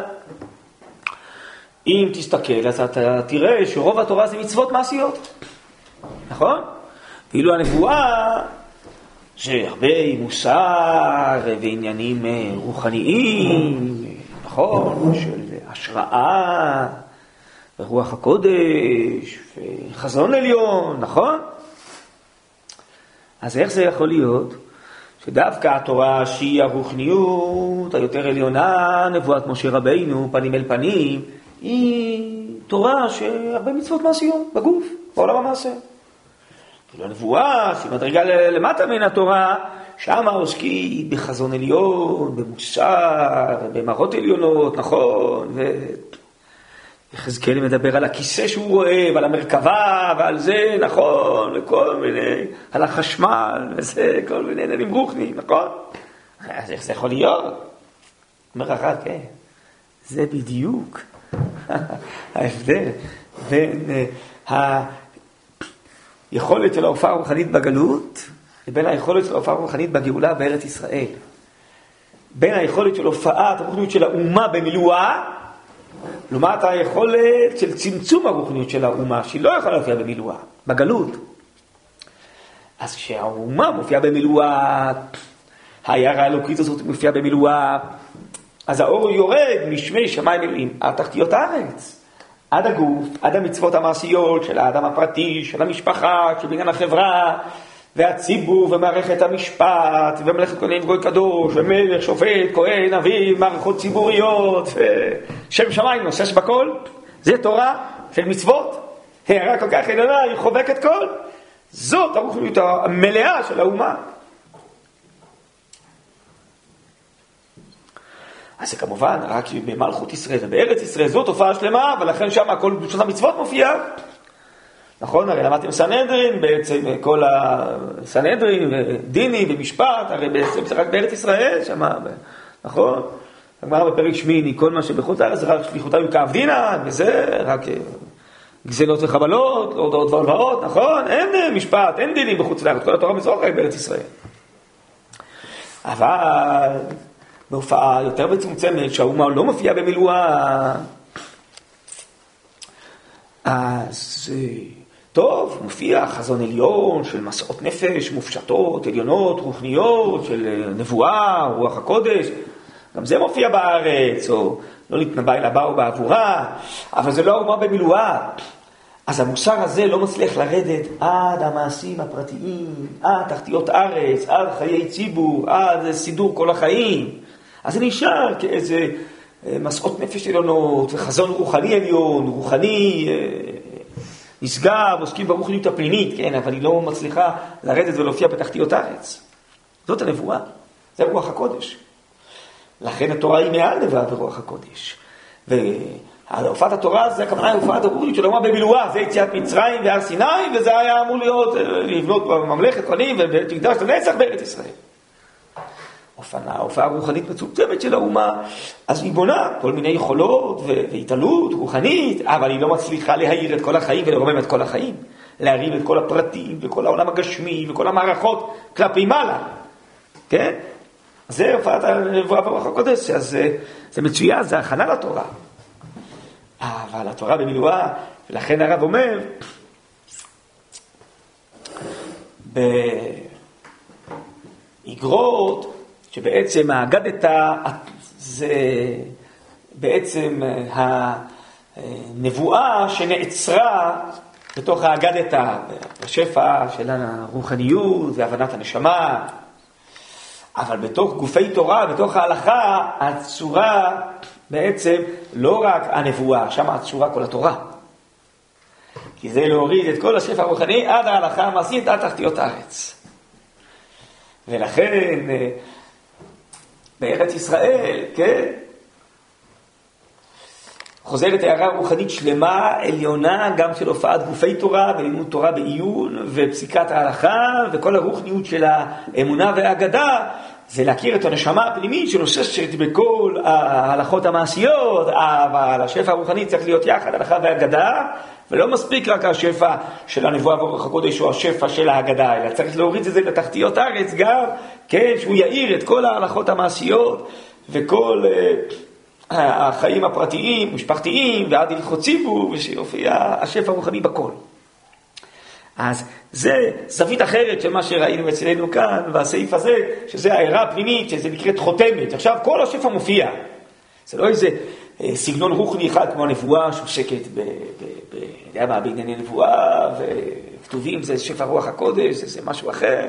אם תסתכל, אז אתה תראה שרוב התורה זה מצוות מעשיות. נכון? ואילו הנבואה זה הרבה מוסר ועניינים רוחניים, נכון? של השראה ורוח הקודש וחזון עליון, נכון? אז איך זה יכול להיות? שדווקא התורה שהיא הרוחניות היותר עליונה, נבואת משה רבינו, פנים אל פנים, היא תורה שהרבה מצוות מעשיות בגוף, בעולם המעשה. ולא נבואה שהיא מדרגה למטה מן התורה, שם עוסקים בחזון עליון, במוסר, במראות עליונות, נכון? וחזקאל מדבר על הכיסא שהוא רואה, ועל המרכבה, ועל זה, נכון? וכל מיני, על החשמל, וזה, כל מיני עניינים רוחניים, נכון? אז איך זה יכול להיות? אומר אחת, כן, זה בדיוק ההבדל בין היכולת של ההופעה הרוחנית בגלות לבין היכולת של ההופעה הרוחנית בגאולה בארץ ישראל. בין היכולת של הופעת הרוחניות של האומה במילואה לעומת היכולת של צמצום הרוחניות של האומה שהיא לא יכולה להופיע במילואה, בגלות. אז כשהאומה מופיעה במילואה, העיירה האלוקית הזאת מופיעה במילואה, אז האור יורד משמי שמיים אלוהים עד תחתיות הארץ, עד הגוף, עד המצוות המעשיות של האדם הפרטי, של המשפחה, של בניין החברה, והציבור ומערכת המשפט, ומלאכת כהנים וגוי קדוש, ומלך, שופט, כהן, נביא, מערכות ציבוריות, שם שמיים נוסס בכל. זה תורה של מצוות. הערה כל כך עליונה, היא חובקת כל. זאת הרוחניות המלאה של האומה. אז זה כמובן רק במלכות ישראל ובארץ ישראל, זאת תופעה שלמה, ולכן שם כל קדושת המצוות מופיעה. נכון? הרי למדתם סנהדרין, בעצם כל הסנהדרין ודיני ומשפט, הרי בעצם זה רק בארץ ישראל, שם, נכון? הגמרא בפרק שמיני, כל מה שבחוץ לארץ זה רק שליחותיו כעבדינן, וזה רק גזלות וחבלות, עוד עוד ועוד ועוד, נכון? אין משפט, אין דינים בחוץ לארץ, כל התורה מצוות רק בארץ ישראל. אבל בהופעה יותר מצומצמת, שהאומה לא מופיעה במילואה, אז טוב, מופיע חזון עליון של מסעות נפש, מופשטות, עליונות, רוחניות, של נבואה, רוח הקודש. גם זה מופיע בארץ, או לא נתנבא אלא באו בעבורה, אבל זה לא האומה במילואה. אז המוסר הזה לא מצליח לרדת עד המעשים הפרטיים, עד תחתיות ארץ, עד חיי ציבור, עד סידור כל החיים. אז זה נשאר כאיזה מסעות נפש עליונות, וחזון רוחני עליון, רוחני נשגב, עוסקים ברוחניות הפנימית, כן, אבל היא לא מצליחה לרדת ולהופיע בתחתיות הארץ. זאת הנבואה, זה רוח הקודש. לכן התורה היא מעל נבואה ברוח הקודש. הופעת התורה זה הכוונה הופעת הרוחנית של האומה בבילואה, זה יציאת מצרים והר סיני, וזה היה אמור להיות לבנות ממלכת כהנים ובית מקדש לנצח בארץ ישראל. ההופעה הרוחנית מצומצמת של האומה, אז היא בונה כל מיני יכולות והתעלות רוחנית, אבל היא לא מצליחה להאיר את כל החיים ולרומם את כל החיים, להרים את כל הפרטים וכל העולם הגשמי וכל המערכות כלפי מעלה. כן? זה הופעת הנבואה ברוח הקודש, אז זה מצוין, זה הכנה לתורה. אבל התורה במילואה, ולכן הרב אומר, באגרות, שבעצם האגדתא זה בעצם הנבואה שנעצרה בתוך האגדתא, בשפע של הרוחניות והבנת הנשמה, אבל בתוך גופי תורה, בתוך ההלכה, הצורה בעצם לא רק הנבואה, שם הצורה כל התורה. כי זה להוריד את כל השפע הרוחני עד ההלכה המעשית, עד תחתיות הארץ. ולכן בארץ ישראל, כן, חוזרת הערה רוחנית שלמה, עליונה, גם של הופעת גופי תורה, ולימוד תורה בעיון, ופסיקת ההלכה, וכל הרוחניות של האמונה והאגדה, זה להכיר את הנשמה הפנימית שנוששת בכל ההלכות המעשיות, אבל השפע הרוחני צריך להיות יחד, הלכה והאגדה, ולא מספיק רק השפע של הנבואה ברוח הקודש או השפע של ההגדה, אלא צריך להוריד את זה לתחתיות הארץ גם, כן, שהוא יאיר את כל ההלכות המעשיות וכל uh, החיים הפרטיים, משפחתיים, ועד הלכות ציבור, ושיופיע השפע הרוחני בכל. אז זה זווית אחרת של מה שראינו אצלנו כאן, והסעיף הזה, שזה הערה הפנימית, שזה נקראת חותמת. עכשיו כל השפע מופיע. זה לא איזה סגנון רוחני אחד כמו הנבואה שעוסקת בענייני נבואה וכתובים, זה שפע רוח הקודש, זה משהו אחר.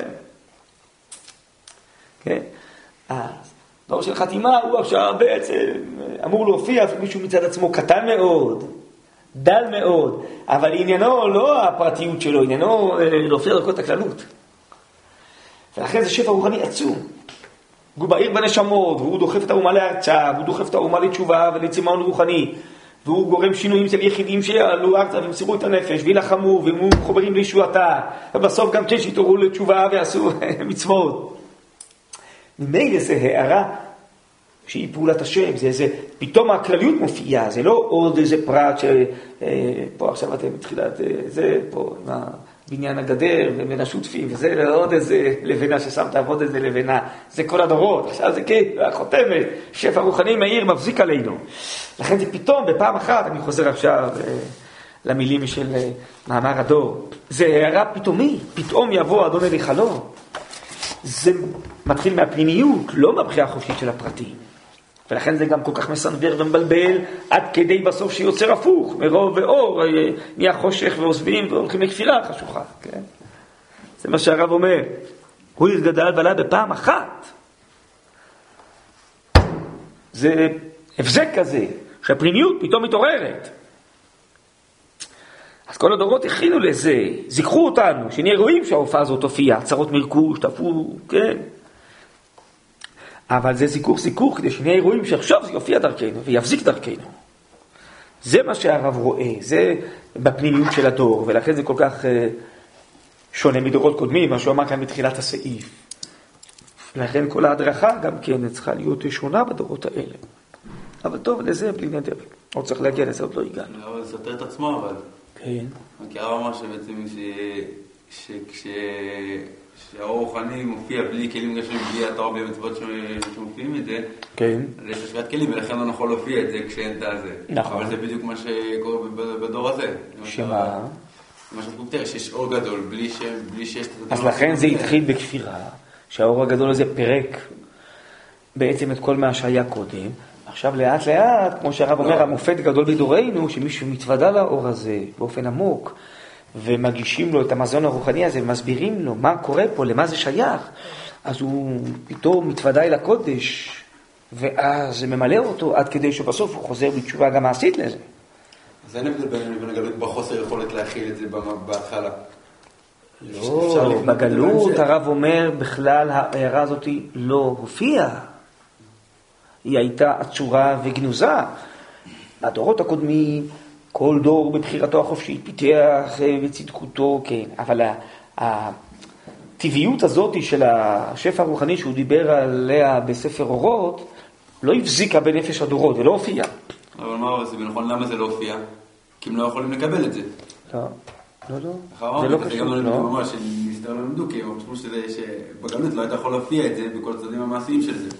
כן? אז דור של חתימה הוא עכשיו בעצם אמור להופיע מישהו מצד עצמו קטן מאוד, דל מאוד, אבל עניינו לא הפרטיות שלו, עניינו להופיע דרכות הכללות. ולכן זה שפע רוחני עצום. הוא בעיר בנשמות, והוא דוחף את האומה לארצה, והוא דוחף את האומה לתשובה ולצמאון רוחני, והוא גורם שינויים של יחידים שיעלו ארצה וימסרו את הנפש, וילחמו, והם חוברים לישועתה, ובסוף גם כן שיתעוררו לתשובה ועשו מצוות. ממילא זה הערה שהיא פעולת השם, זה איזה, פתאום הכלליות מופיעה, זה לא עוד איזה פרט שפה עכשיו אתם מתחילת, זה פה, בניין הגדר ובין השותפים, וזה עוד איזה לבנה ששמת עוד איזה לבנה, זה כל הדורות, עכשיו זה כן, החותמת, שפע רוחני מאיר מבזיק עלינו. לכן זה פתאום, בפעם אחת, אני חוזר עכשיו למילים של מאמר הדור, זה הערה פתאומי, פתאום יבוא אדון אל היכלו. זה מתחיל מהפנימיות, לא מהבחירה החופשית של הפרטים. ולכן זה גם כל כך מסנבר ומבלבל, עד כדי בסוף שיוצר הפוך, מרוב ואור, נהיה חושך ועוזבים והולכים לכפירה חשוכה. כן? זה מה שהרב אומר. הוא ירגדל ועלה בפעם אחת. זה הבזק כזה, שהפנימיות פתאום מתעוררת. אז כל הדורות הכינו לזה, זיכרו אותנו, שנהיה רואים שההופעה הזאת הופיעה, צרות מרקוש, תפו, כן? אבל זה זיכוך זיכוך, כדי שנהיה רואים שעכשיו זה יופיע דרכנו ויפזיק דרכנו. זה מה שהרב רואה, זה בפנימיות של הדור, ולכן זה כל כך uh, שונה מדורות קודמים, מה שהוא אמר כאן מתחילת הסעיף. לכן כל ההדרכה גם כן צריכה להיות שונה בדורות האלה. אבל טוב, לזה בלי נדר. עוד צריך להגיע לזה, עוד לא הגענו. אבל זה סותר את עצמו, אבל... כן. כי הרב אמר שבעצם כשהאור רוחני מופיע בלי כלים גשמים, בלי התורה במצוות שמופיעים את זה, כן. יש השוואת כלים, ולכן לא יכול להופיע את זה כשאין את הזה. נכון. אבל זה בדיוק מה שקורה בדור הזה. שמה? מה שאתה מתאר, שיש אור גדול, בלי שיש... אז לכן זה התחיל בכפירה, שהאור הגדול הזה פירק בעצם את כל מה שהיה קודם. עכשיו לאט לאט, כמו שהרב אומר, המופת גדול בדורנו, שמישהו מתוודע לאור הזה באופן עמוק, ומגישים לו את המזון הרוחני הזה, ומסבירים לו מה קורה פה, למה זה שייך, אז הוא פתאום מתוודע אל הקודש, ואז זה ממלא אותו, עד כדי שבסוף הוא חוזר בתשובה גם מעשית לזה. אז אין הבדל בין לבין הגלות בחוסר יכולת להכיל את זה בהתחלה. לא, בגלות הרב אומר, בכלל ההערה הזאת לא הופיעה. היא הייתה עצורה וגנוזה. הדורות הקודמים, כל דור בבחירתו החופשית, פיתח בצדקותו, כן, אבל הטבעיות הזאת של השפע הרוחני שהוא דיבר עליה בספר אורות, לא הבזיקה בנפש הדורות ולא הופיעה. אבל מה זה בנכון, למה זה לא הופיע? כי הם לא יכולים לקבל את זה. לא, לא, לא. זה לא קשור, לא. ממש, שנסתר למדו, כי הם חשבו שבגלות לא היית יכול להופיע את זה בכל הצדדים המעשיים של זה.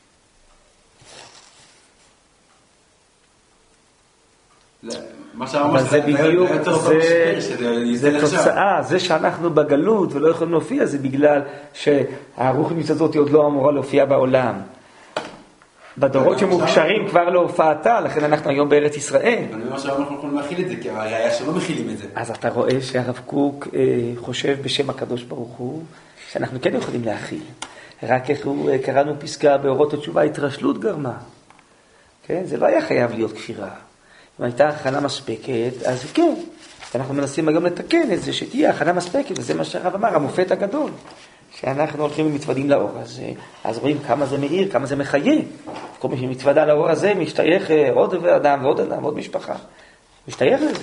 אבל זה בדיוק, זה תוצאה, זה שאנחנו בגלות ולא יכולים להופיע, זה בגלל שהרוחניות הזאת עוד לא אמורה להופיע בעולם. בדורות שמוקשרים כבר להופעתה, לכן אנחנו היום בארץ ישראל. אני אומר שהיום אנחנו יכולים להכיל את זה, כי הראיה שלא מכילים את זה. אז אתה רואה שהרב קוק חושב בשם הקדוש ברוך הוא, שאנחנו כן יכולים להכיל. רק איך הוא קראנו פסקה באורות התשובה, התרשלות גרמה. כן? זה לא היה חייב להיות כפירה. אם הייתה הכנה מספקת, אז כן. אנחנו מנסים גם לתקן את זה, שתהיה הכנה מספקת, וזה מה שהרב אמר, המופת הגדול. שאנחנו הולכים ומתוודים לאור הזה, אז רואים כמה זה מאיר, כמה זה מחיה. כל מי שמתוודה לאור הזה, משתייך עוד אדם ועוד אדם ועוד משפחה. משתייך לזה.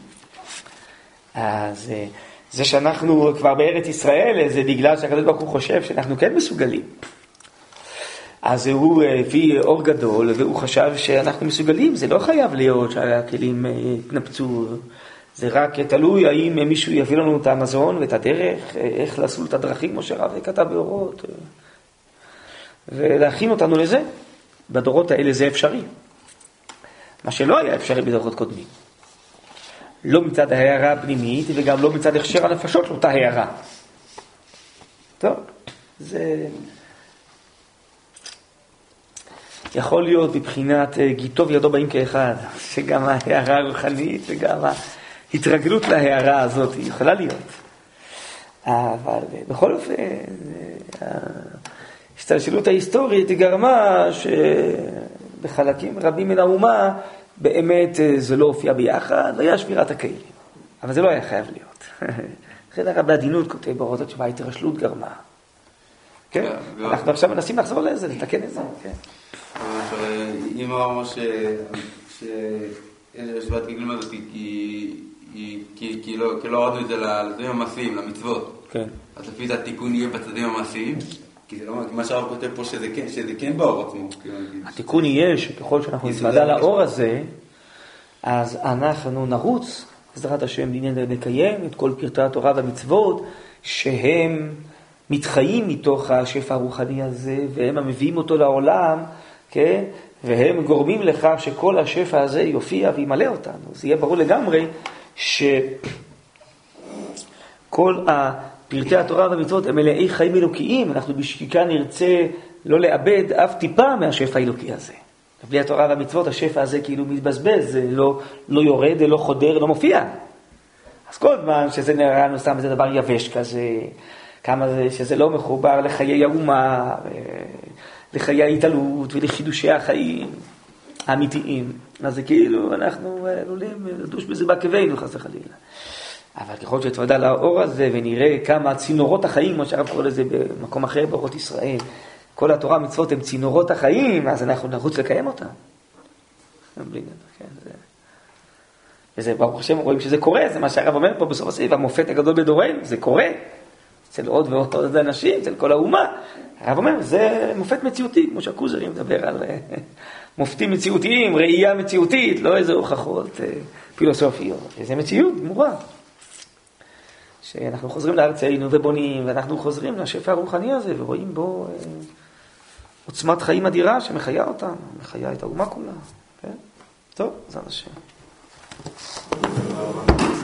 אז זה שאנחנו כבר בארץ ישראל, זה בגלל שהקדוש ברוך הוא חושב שאנחנו כן מסוגלים. אז הוא הביא אור גדול, והוא חשב שאנחנו מסוגלים, זה לא חייב להיות שהכלים התנפצו. זה רק תלוי האם מישהו יביא לנו את המזון ואת הדרך, איך לעשו את הדרכים, כמו שרב כתב באורות, ולהכין אותנו לזה. בדורות האלה זה אפשרי. מה שלא היה אפשרי בדורות קודמים. לא מצד ההערה הפנימית, וגם לא מצד הכשר הנפשות לאותה הערה. טוב, זה יכול להיות בבחינת גיטוב ידו באים כאחד, שגם ההערה הרוחנית וגם התרגלות להערה הזאת יכולה להיות. אבל בכל אופן, ההשתלשלות ההיסטורית גרמה שבחלקים רבים מן האומה באמת זה לא הופיע ביחד, והיה שבירת הכלים. אבל זה לא היה חייב להיות. לכן הרב בעדינות כותב באורות התשובה, התרשלות גרמה. כן? אנחנו עכשיו מנסים לחזור לזה, לתקן את זה. אם הוא אמר ששבעת כלים הזאת כי לא הורדנו את זה לצדדים המעשיים, למצוות. אז לפי זה התיקון יהיה בצדדים המעשיים? כי זה לא מה שהרב כותב פה שזה כן באור עצמו. התיקון יהיה שככל שאנחנו נתוודע לאור הזה, אז אנחנו נרוץ, בעזרת השם, לקיים את כל פרטי התורה והמצוות, שהם מתחיים מתוך השפע הרוחני הזה, והם המביאים אותו לעולם, כן? והם גורמים לכך שכל השפע הזה יופיע וימלא אותנו. זה יהיה ברור לגמרי שכל פרטי התורה והמצוות הם מלאי חיים אלוקיים. אנחנו בשקיקה נרצה לא לאבד אף טיפה מהשפע האלוקי הזה. בלי התורה והמצוות השפע הזה כאילו מתבזבז, זה לא, לא יורד, לא חודר, לא מופיע. אז כל זמן שזה נראה לנו סתם, זה דבר יבש כזה, כמה זה, שזה לא מחובר לחיי האומה, לחיי ההתעלות ולחידושי החיים האמיתיים. אז זה כאילו אנחנו עלולים לדוש בזה בעקבינו חס וחלילה. אבל ככל שתוודע לאור הזה ונראה כמה צינורות החיים, כמו שהרב קורא לזה במקום אחר באורות ישראל, כל התורה המצוות הם צינורות החיים, אז אנחנו נרוץ לקיים אותם. וזה ברוך השם רואים שזה קורה, זה מה שהרב אומר פה בסוף הסעיף, המופת הגדול בדורנו, זה קורה. אצל עוד ועוד עוד אנשים, אצל כל האומה. הרב אומר, זה מופת מציאותי, כמו שהכוזרי מדבר על מופתים מציאותיים, ראייה מציאותית, לא איזה הוכחות פילוסופיות. זה מציאות, גמורה. שאנחנו חוזרים לארצנו ובונים, ואנחנו חוזרים לשפע הרוחני הזה, ורואים בו עוצמת חיים אדירה שמחיה אותנו, מחיה את האומה כולה. כן? טוב, זה אנשים.